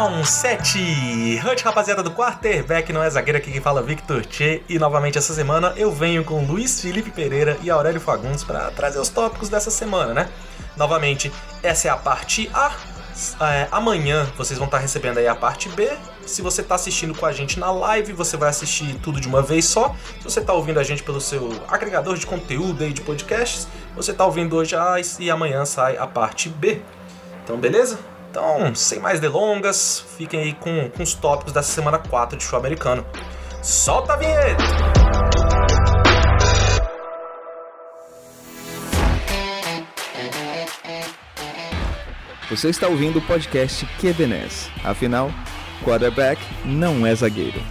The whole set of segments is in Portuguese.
Down 7, Hut, rapaziada do Quarterback, não é zagueiro, aqui quem fala Victor Tchê. E novamente essa semana eu venho com Luiz Felipe Pereira e Aurélio Fagundes para trazer os tópicos dessa semana, né? Novamente, essa é a parte A. Amanhã vocês vão estar recebendo aí a parte B. Se você está assistindo com a gente na live, você vai assistir tudo de uma vez só. Se você está ouvindo a gente pelo seu agregador de conteúdo aí de podcasts, você está ouvindo hoje A e amanhã sai a parte B. Então, beleza? Então, sem mais delongas, fiquem aí com os tópicos dessa semana 4 de show americano. Solta a vinheta! Você está ouvindo o podcast QBNES. Afinal, quarterback não é zagueiro.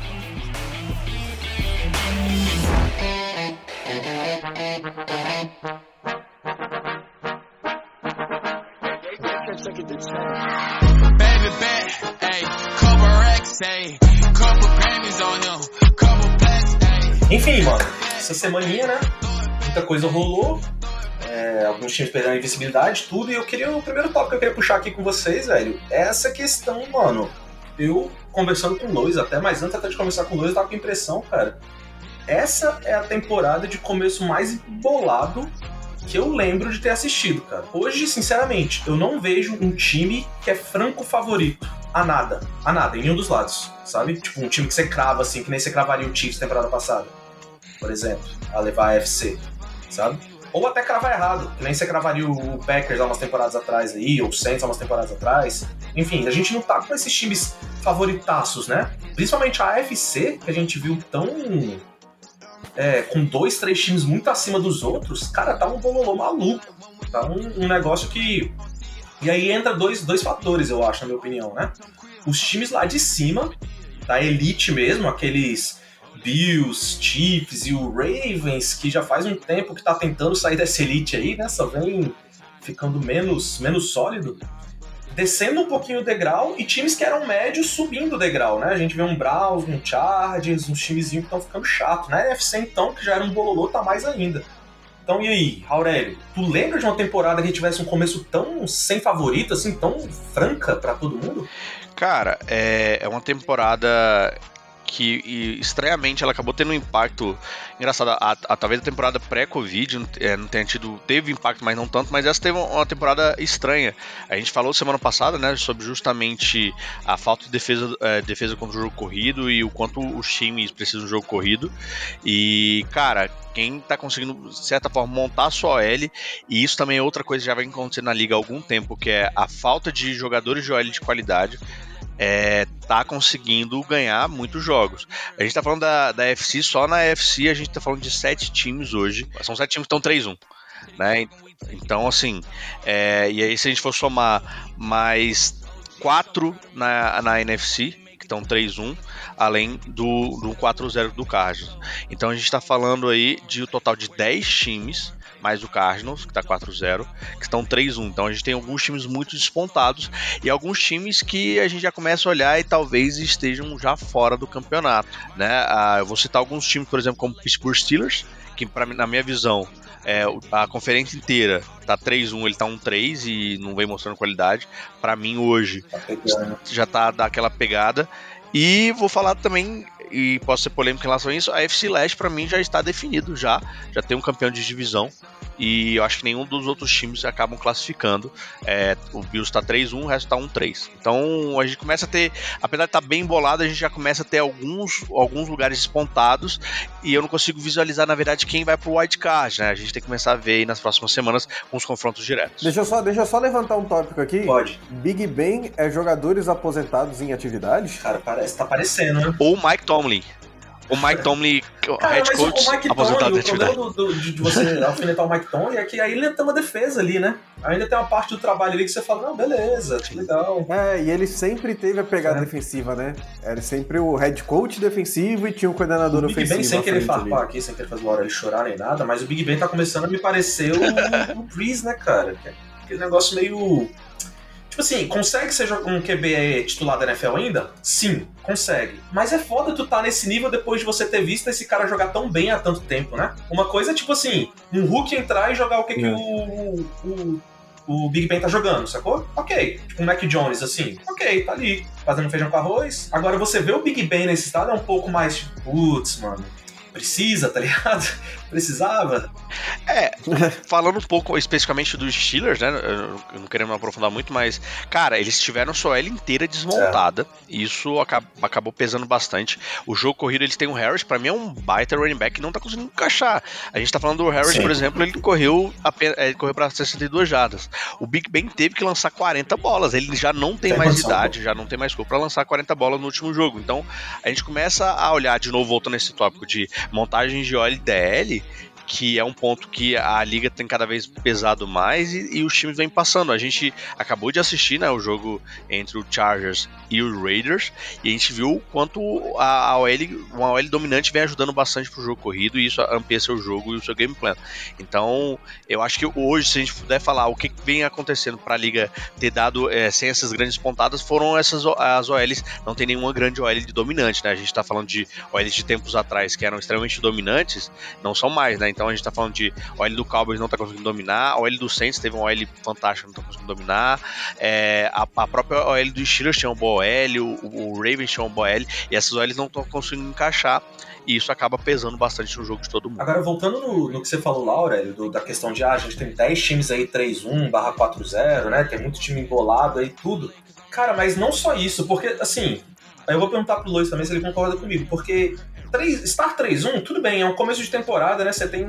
Enfim, mano, essa semaninha, né? Muita coisa rolou. Alguns times perderam a invencibilidade, tudo. E o primeiro tópico que eu queria puxar aqui com vocês, velho, é essa questão, mano. Eu, conversando com o Luiz, mas antes até de conversar com o Luiz, eu tava com a impressão, cara. Essa é a temporada de começo mais bolado que eu lembro de ter assistido, cara. Hoje, sinceramente, eu não vejo um time que é franco favorito a nada, em nenhum dos lados, sabe? Tipo, um time que você crava, assim, que nem você cravaria o Chiefs temporada passada, por exemplo, a levar a AFC, sabe? Ou até cravar errado, que nem você cravaria o Packers há umas temporadas atrás aí, ou o Saints há umas temporadas atrás. Enfim, a gente não tá com esses times favoritaços, né? Principalmente a AFC, que a gente viu tão... com 2, 3 times muito acima dos outros, cara, tá um bololô maluco. Tá um negócio que... E aí entra dois fatores, eu acho, na minha opinião, né? Os times lá de cima, da elite mesmo, aqueles Bills, Chiefs e o Ravens, que já faz um tempo que tá tentando sair dessa elite aí, né? Só vem ficando menos sólido, descendo um pouquinho o degrau, e times que eram médios subindo o degrau, né? A gente vê um Browns, um Chargers, uns timezinhos que estão ficando chato, né? A NFC, então, que já era um bololô, tá mais ainda. Então, e aí, Aurélio, tu lembra de uma temporada que tivesse um começo tão sem favorito, assim, tão franca pra todo mundo? Cara, é uma temporada que, estranhamente, ela acabou tendo um impacto engraçado. Talvez a temporada pré-Covid não tenha teve impacto, mas não tanto, mas essa teve uma temporada estranha. A gente falou semana passada, né, sobre justamente a falta de defesa contra o jogo corrido e o quanto os times precisam do jogo corrido. E, cara, quem tá conseguindo, de certa forma, montar a sua OL, e isso também é outra coisa que já vem acontecendo na liga há algum tempo, que é a falta de jogadores de OL de qualidade. Tá conseguindo ganhar muitos jogos. A gente tá falando da AFC, só na AFC a gente tá falando de 7 times hoje. São 7 times que estão 3-1, né? Então, assim, e aí se a gente for somar mais 4 na NFC, que estão 3-1, além do 4-0 do Cardinals. Então a gente tá falando aí de um total de 10 times, mais o Cardinals, que tá 4-0, que estão 3-1. Então a gente tem alguns times muito despontados e alguns times que a gente já começa a olhar e talvez estejam já fora do campeonato, né? Eu vou citar alguns times, por exemplo, como o Pittsburgh Steelers, que na minha visão, a conferência inteira tá 3-1, ele tá 1-3 e não vem mostrando qualidade. Pra mim hoje já tá daquela pegada. E vou falar também, e posso ser polêmico em relação a isso, a AFC Leste pra mim já está definido, já tem um campeão de divisão, e eu acho que nenhum dos outros times acabam classificando. O Bills tá 3-1, o resto tá 1-3. Então a gente começa a ter, apesar de estar bem bolado, a gente já começa a ter alguns lugares despontados, e eu não consigo visualizar, na verdade, quem vai pro wildcard, né? A gente tem que começar a ver aí nas próximas semanas com os confrontos diretos. Deixa eu só levantar um tópico aqui. Pode. Big Ben é jogadores aposentados em atividade? Cara, tá parecendo, né? Ou Mike Tomlin. O Mike Tomlin, head coach, aposentado de atividade. O problema de você alfinetar o Mike Tomlin é que aí ele tem uma defesa ali, né? Ainda tem uma parte do trabalho ali que você fala, não, beleza, que legal. E ele sempre teve a pegada defensiva, né? Era sempre o head coach defensivo e tinha um coordenador ofensivo. O Big Ben, sem querer farpar aqui, sem querer fazer uma hora ele chorar nem nada, mas o Big Ben tá começando a me parecer o Breeze, né, cara? Aquele negócio meio... Tipo assim, consegue ser um QB titular da NFL ainda? Sim, consegue. Mas é foda tu tá nesse nível depois de você ter visto esse cara jogar tão bem há tanto tempo, né? Uma coisa é tipo assim, um Hulk entrar e jogar o que o o Big Ben tá jogando, sacou? Ok. Tipo, o Mac Jones, assim, ok, tá ali, fazendo feijão com arroz. Agora, você vê o Big Ben nesse estado é um pouco mais, tipo, putz, mano, precisa, tá ligado? Precisava. Falando um pouco especificamente dos Steelers, né? Eu não querendo me aprofundar muito, mas, cara, eles tiveram sua L inteira desmontada. E isso acabou pesando bastante. O jogo corrido, eles têm o Harris, pra mim é um baita running back que não tá conseguindo encaixar. A gente tá falando do Harris, por exemplo, ele correu pra 62 jardas. O Big Ben teve que lançar 40 bolas. Ele já não tem mais idade, já não tem mais corpo pra lançar 40 bolas no último jogo. Então, a gente começa a olhar de novo, voltando nesse tópico de montagem de OL e DL, que é um ponto que a liga tem cada vez pesado mais e os times vêm passando. A gente acabou de assistir, né, o jogo entre o Chargers e o Raiders, e a gente viu o quanto uma OL dominante vem ajudando bastante pro jogo corrido, e isso amplia seu jogo e o seu game plan. Então, eu acho que hoje, se a gente puder falar o que vem acontecendo pra liga ter dado sem essas grandes pontadas, foram as OLs. Não tem nenhuma grande OL de dominante, né? A gente tá falando de OLs de tempos atrás que eram extremamente dominantes, não são mais, né? Então a gente tá falando de OL do Cowboys não tá conseguindo dominar, a OL do Saints teve uma OL fantástica, não tá conseguindo dominar, a própria OL do Steelers tinha uma boa OL, o Ravens tinha uma boa OL, e essas OLs não estão conseguindo encaixar, e isso acaba pesando bastante no jogo de todo mundo. Agora, voltando no que você falou lá, Aurélio, da questão de a gente tem 10 times aí 3-1/4-0, né, tem muito time embolado aí, tudo. Cara, mas não só isso, porque, assim, aí eu vou perguntar pro Luiz também se ele concorda comigo, porque estar 3-1, tudo bem, é um começo de temporada, né? Você tem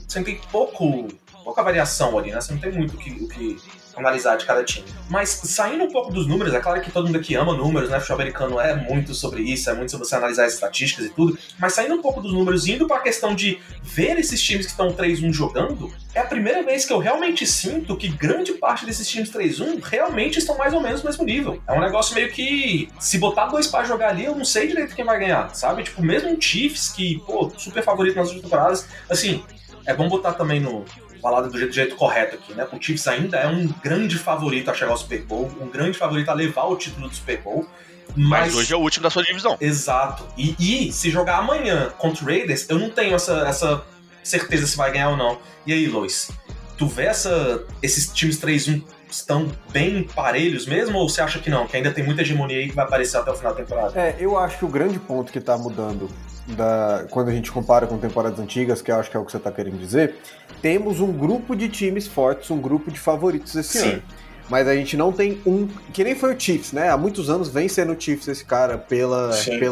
pouca variação ali, né? Você não tem muito o que analisar de cada time. Mas saindo um pouco dos números, é claro que todo mundo aqui ama números, né? O futebol americano é muito sobre isso, é muito sobre você analisar as estatísticas e tudo, mas saindo um pouco dos números, indo pra questão de ver esses times que estão 3-1 jogando, é a primeira vez que eu realmente sinto que grande parte desses times 3-1 realmente estão mais ou menos no mesmo nível. É um negócio meio que, se botar dois pra jogar ali, eu não sei direito quem vai ganhar, sabe? Tipo, mesmo um Chiefs, que, pô, super favorito nas últimas temporadas, assim, é bom botar também no falado do jeito correto aqui, né? O Chiefs ainda é um grande favorito a chegar ao Super Bowl, um grande favorito a levar o título do Super Bowl. Mas hoje é o último da sua divisão. Exato. E se jogar amanhã contra o Raiders, eu não tenho essa certeza se vai ganhar ou não. E aí, Lois? Tu vê esses times 3-1 estão bem parelhos mesmo, ou você acha que não? Que ainda tem muita hegemonia aí que vai aparecer até o final da temporada? Eu acho que o grande ponto que tá mudando quando a gente compara com temporadas antigas, que eu acho que é o que você tá querendo dizer, temos um grupo de times fortes, um grupo de favoritos esse ano. Mas a gente não tem que nem foi o Chiefs, né? Há muitos anos vem sendo o Chiefs esse cara pela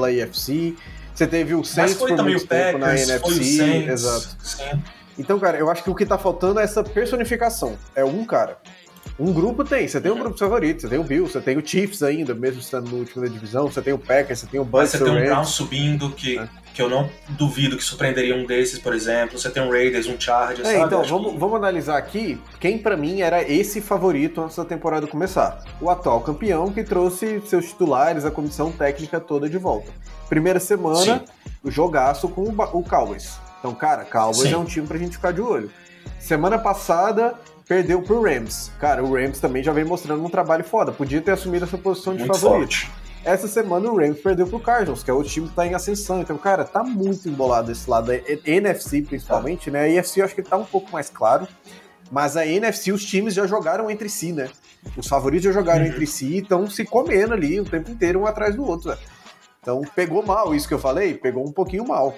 AFC. Você teve o Saints por muito tempo na NFC. Exato. Sim. Então, cara, eu acho que o que tá faltando é essa personificação. É um cara. Um grupo você tem um grupo de favoritos, você tem o Bills, você tem o Chiefs ainda, mesmo estando no último da divisão, você tem o Packers, você tem o Bucks, você tem um Browns subindo, que eu não duvido que surpreenderia um desses, por exemplo, você tem um Raiders, um Chargers, sabe? Então, vamos analisar aqui quem pra mim era esse favorito antes da temporada começar. O atual campeão que trouxe seus titulares, a comissão técnica toda de volta. Primeira semana, o jogaço com o Cowboys. Então, cara, Cowboys é um time pra gente ficar de olho. Semana passada, perdeu pro Rams. Cara, o Rams também já vem mostrando um trabalho foda. Podia ter assumido essa posição de favorito. Forte. Essa semana o Rams perdeu pro Cardinals, que é o time que tá em ascensão. Então, cara, tá muito embolado esse lado da NFC, principalmente, né? A NFC eu acho que tá um pouco mais claro. Mas a NFC, os times já jogaram entre si, né? Os favoritos já jogaram entre si e estão se comendo ali o tempo inteiro um atrás do outro, né? Então, pegou mal isso que eu falei? Pegou um pouquinho mal.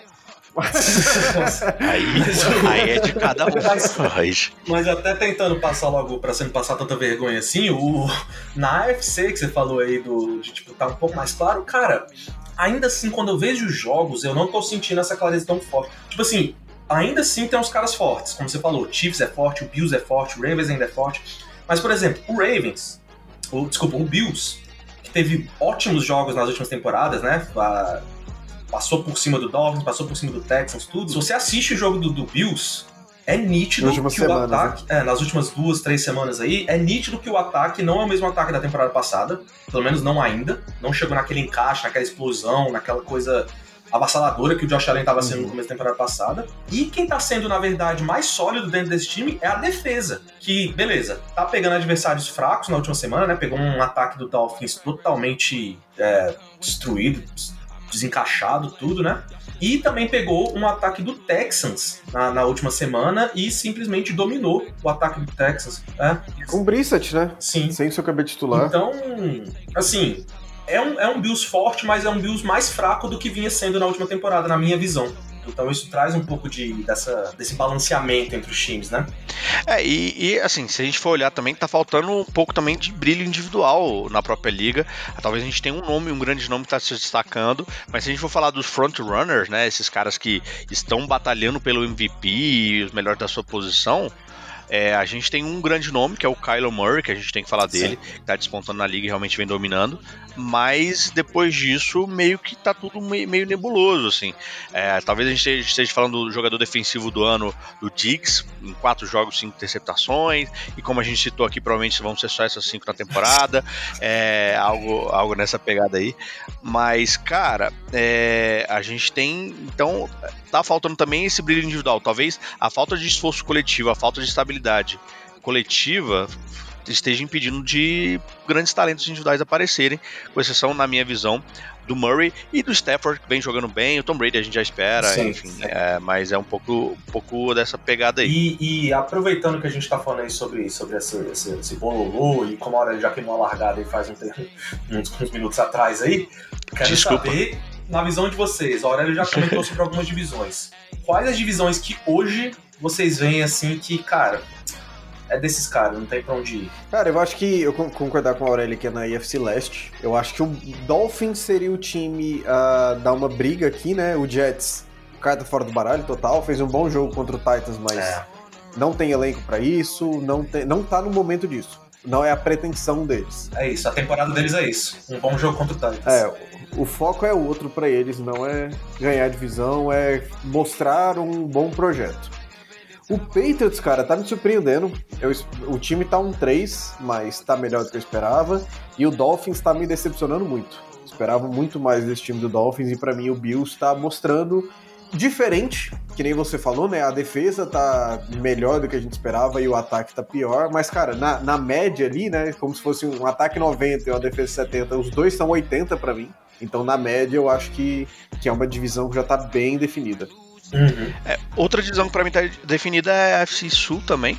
Aí é de cada um. Mas até tentando passar logo, pra você não passar tanta vergonha assim, na AFC que você falou aí de tipo, tá um pouco mais claro, cara, ainda assim, quando eu vejo os jogos, eu não tô sentindo essa clareza tão forte. Tipo assim, ainda assim tem uns caras fortes, como você falou, o Chiefs é forte, o Bills é forte, o Ravens ainda é forte. Mas, por exemplo, o Bills, que teve ótimos jogos nas últimas temporadas, né? Passou por cima do Dolphins, passou por cima do Texans, tudo. Se você assiste o jogo do Bills, é nítido que o ataque... nas últimas 2-3 semanas aí, é nítido que o ataque não é o mesmo ataque da temporada passada. Pelo menos não ainda. Não chegou naquele encaixe, naquela explosão, naquela coisa avassaladora que o Josh Allen estava sendo no começo da temporada passada. E quem tá sendo, na verdade, mais sólido dentro desse time é a defesa. Que, beleza, tá pegando adversários fracos na última semana, né? Pegou um ataque do Dolphins totalmente destruído, desencaixado, tudo, né? E também pegou um ataque do Texans na última semana e simplesmente dominou o ataque do Texans. Com o Brissett, né? Sim. Sem seu QB titular. Então, assim, é um Bills forte, mas é um Bills mais fraco do que vinha sendo na última temporada, na minha visão. Então isso traz um pouco desse balanceamento entre os times, né? E assim, se a gente for olhar também, tá faltando um pouco também de brilho individual na própria liga. Talvez a gente tenha um grande nome que tá se destacando, mas se a gente for falar dos front-runners, né, esses caras que estão batalhando pelo MVP e os melhores da sua posição, a gente tem um grande nome, que é o Kyler Murray, que a gente tem que falar dele, que tá despontando na liga e realmente vem dominando, mas depois disso meio que tá tudo meio nebuloso, assim. Talvez a gente esteja falando do jogador defensivo do ano, do Diggs, em 4 jogos, 5 interceptações, e como a gente citou aqui, provavelmente vão ser só essas 5 na temporada, algo nessa pegada aí, mas, cara, a gente tem, então, tá faltando também esse brilho individual, talvez a falta de esforço coletivo, a falta de estabilidade coletiva esteja impedindo de grandes talentos individuais aparecerem, com exceção, na minha visão, do Murray e do Stafford, que vem jogando bem. O Tom Brady a gente já espera, sim, enfim, sim. Mas é um pouco dessa pegada aí. E aproveitando que a gente tá falando aí sobre esse bololô, e como a hora ele já queimou a largada e faz uns minutos atrás aí, quero saber, na visão de vocês, a Aurélio já comentou sobre algumas divisões. Quais as divisões que hoje vocês veem assim que, cara, é desses caras, não tem pra onde ir? Cara, eu acho que eu concordar com a Aurélio que é na AFC Leste. Eu acho que o Dolphins seria o time a dar uma briga aqui, né? O Jets, carta fora do baralho total, fez um bom jogo contra o Titans, mas não tem elenco pra isso, não tá no momento disso. Não é a pretensão deles. É isso, a temporada deles é isso. Um bom jogo contra o Titans. O foco é outro pra eles, não é ganhar a divisão, é mostrar um bom projeto. O Patriots, cara, tá me surpreendendo. O time tá 1-3, mas tá melhor do que eu esperava. E o Dolphins tá me decepcionando muito. Esperava muito mais desse time do Dolphins e pra mim o Bills tá mostrando diferente, que nem você falou, né? A defesa tá melhor do que a gente esperava e o ataque tá pior. Mas, cara, na média ali, né? Como se fosse um ataque 90 e uma defesa 70, os dois são 80 pra mim. Então, na média, eu acho que é uma divisão que já tá bem definida. Uhum. Outra divisão que pra mim tá definida é a AFC Sul também.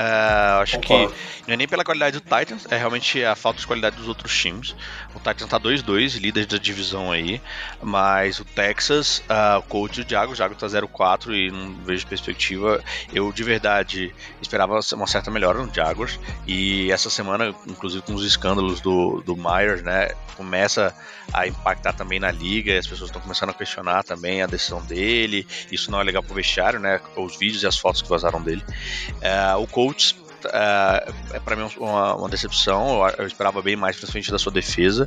Acho que não é nem pela qualidade do Titans, é realmente a falta de qualidade dos outros times. O Titans tá 2-2, líder da divisão aí, mas o Texas, o Colts e o Jaguars tá 0-4 e não vejo perspectiva. Eu de verdade esperava uma certa melhora no Jaguars, e essa semana, inclusive com os escândalos do Myers, né, começa a impactar também na liga, e as pessoas estão começando a questionar também a decisão dele. Isso não é legal pro vestiário, né, os vídeos e as fotos que vazaram dele. O Colts é pra mim uma decepção. Eu esperava bem mais, principalmente da sua defesa.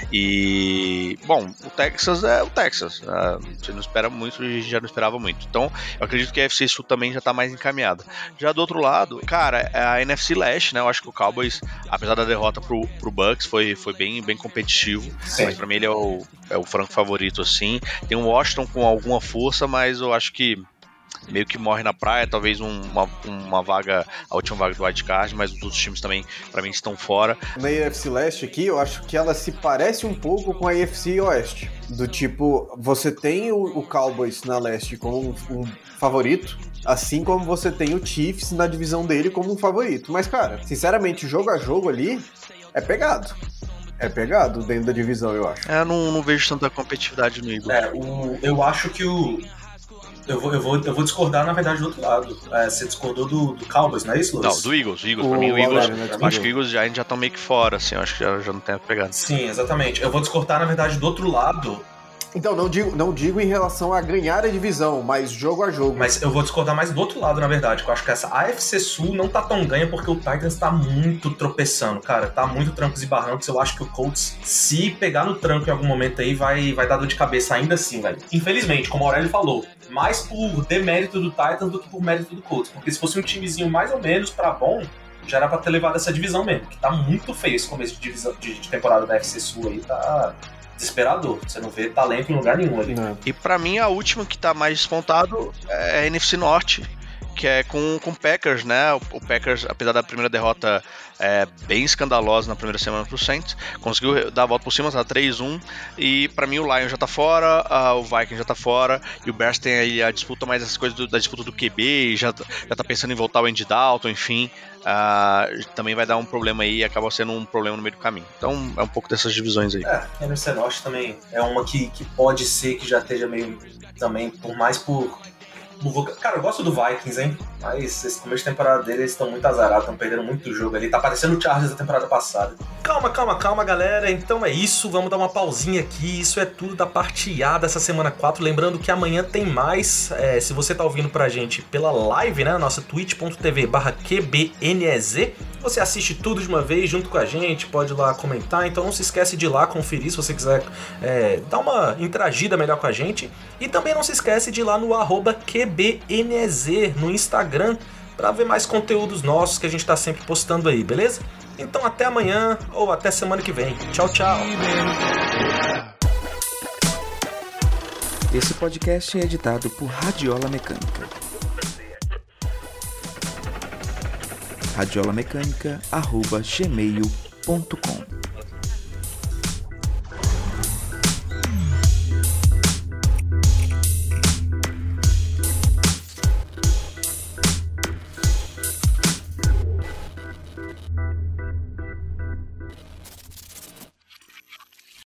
E, bom, o Texas é o Texas. Você não espera muito, a gente já não esperava muito. Então, eu acredito que a NFC Sul também já tá mais encaminhada. Já do outro lado, cara, a NFC Leste, né? Eu acho que o Cowboys, apesar da derrota pro Bucks, foi bem competitivo. Sim. Mas pra mim ele é o franco favorito, assim. Tem o Washington com alguma força, mas eu acho que meio que morre na praia, talvez uma vaga, a última vaga do wildcard, mas os outros times também, pra mim, estão fora. Na AFC Leste aqui, eu acho que ela se parece um pouco com a AFC Oeste. Do tipo, você tem o Cowboys na Leste como um favorito, assim como você tem o Chiefs na divisão dele como um favorito. Mas, cara, sinceramente, jogo a jogo ali, é pegado. É pegado dentro da divisão, eu acho. Eu não vejo tanta competitividade no Eagles. Eu acho que Eu vou discordar, na verdade, do outro lado. Você discordou do Cowboys, não é isso, Luiz? Não, do Eagles. Pra mim, o Eagles, acho que o Eagles já estão meio que fora, assim. Acho que já não tem pegado. Sim, exatamente. Eu vou discordar, na verdade, do outro lado. Então, não digo em relação a ganhar a divisão, mas jogo a jogo. Mas eu vou discordar mais do outro lado, na verdade, que eu acho que essa AFC Sul não tá tão ganha porque o Titans tá muito tropeçando, cara. Tá muito trancos e barrancos. Eu acho que o Colts, se pegar no tranco em algum momento aí, vai dar dor de cabeça ainda assim, velho. Infelizmente, como o Aurélio falou, mais por demérito do Titans do que por mérito do Colts. Porque se fosse um timezinho mais ou menos pra bom, já era pra ter levado essa divisão mesmo. Que tá muito feio esse começo de temporada da AFC Sul aí, tá desesperador. Você não vê talento em lugar nenhum ali. E pra mim, a última que tá mais despontado é a NFC Norte, que é com o Packers, né? O Packers, apesar da primeira derrota bem escandalosa na primeira semana pro Saints, conseguiu dar a volta por cima, tá 3-1, e pra mim o Lions já tá fora, o Vikings já tá fora, e o Bears tem aí a disputa, mais essas coisas da disputa do QB, já tá pensando em voltar o Andy Dalton, enfim, também vai dar um problema aí, acaba sendo um problema no meio do caminho. Então é um pouco dessas divisões aí. A NFC Norte também é uma que pode ser que já esteja meio também, Cara, eu gosto do Vikings, hein? Mas esse começo de temporada deles, eles estão muito azarados, estão perdendo muito jogo ali. Tá parecendo o Chargers da temporada passada. Calma, galera. Então é isso, vamos dar uma pausinha aqui. Isso é tudo da parte A dessa semana 4. Lembrando que amanhã tem mais. Se você tá ouvindo pra gente pela live, né? Nossa twitch.tv/QBNEZ. Você assiste tudo de uma vez junto com a gente, pode ir lá comentar. Então não se esquece de ir lá conferir se você quiser dar uma interagida melhor com a gente. E também não se esquece de ir lá no @QBNEZ no Instagram para ver mais conteúdos nossos que a gente tá sempre postando aí, beleza? Então até amanhã ou até semana que vem. Tchau, tchau! Esse podcast é editado por Radiola Mecânica. radiolamecânica@gmail.com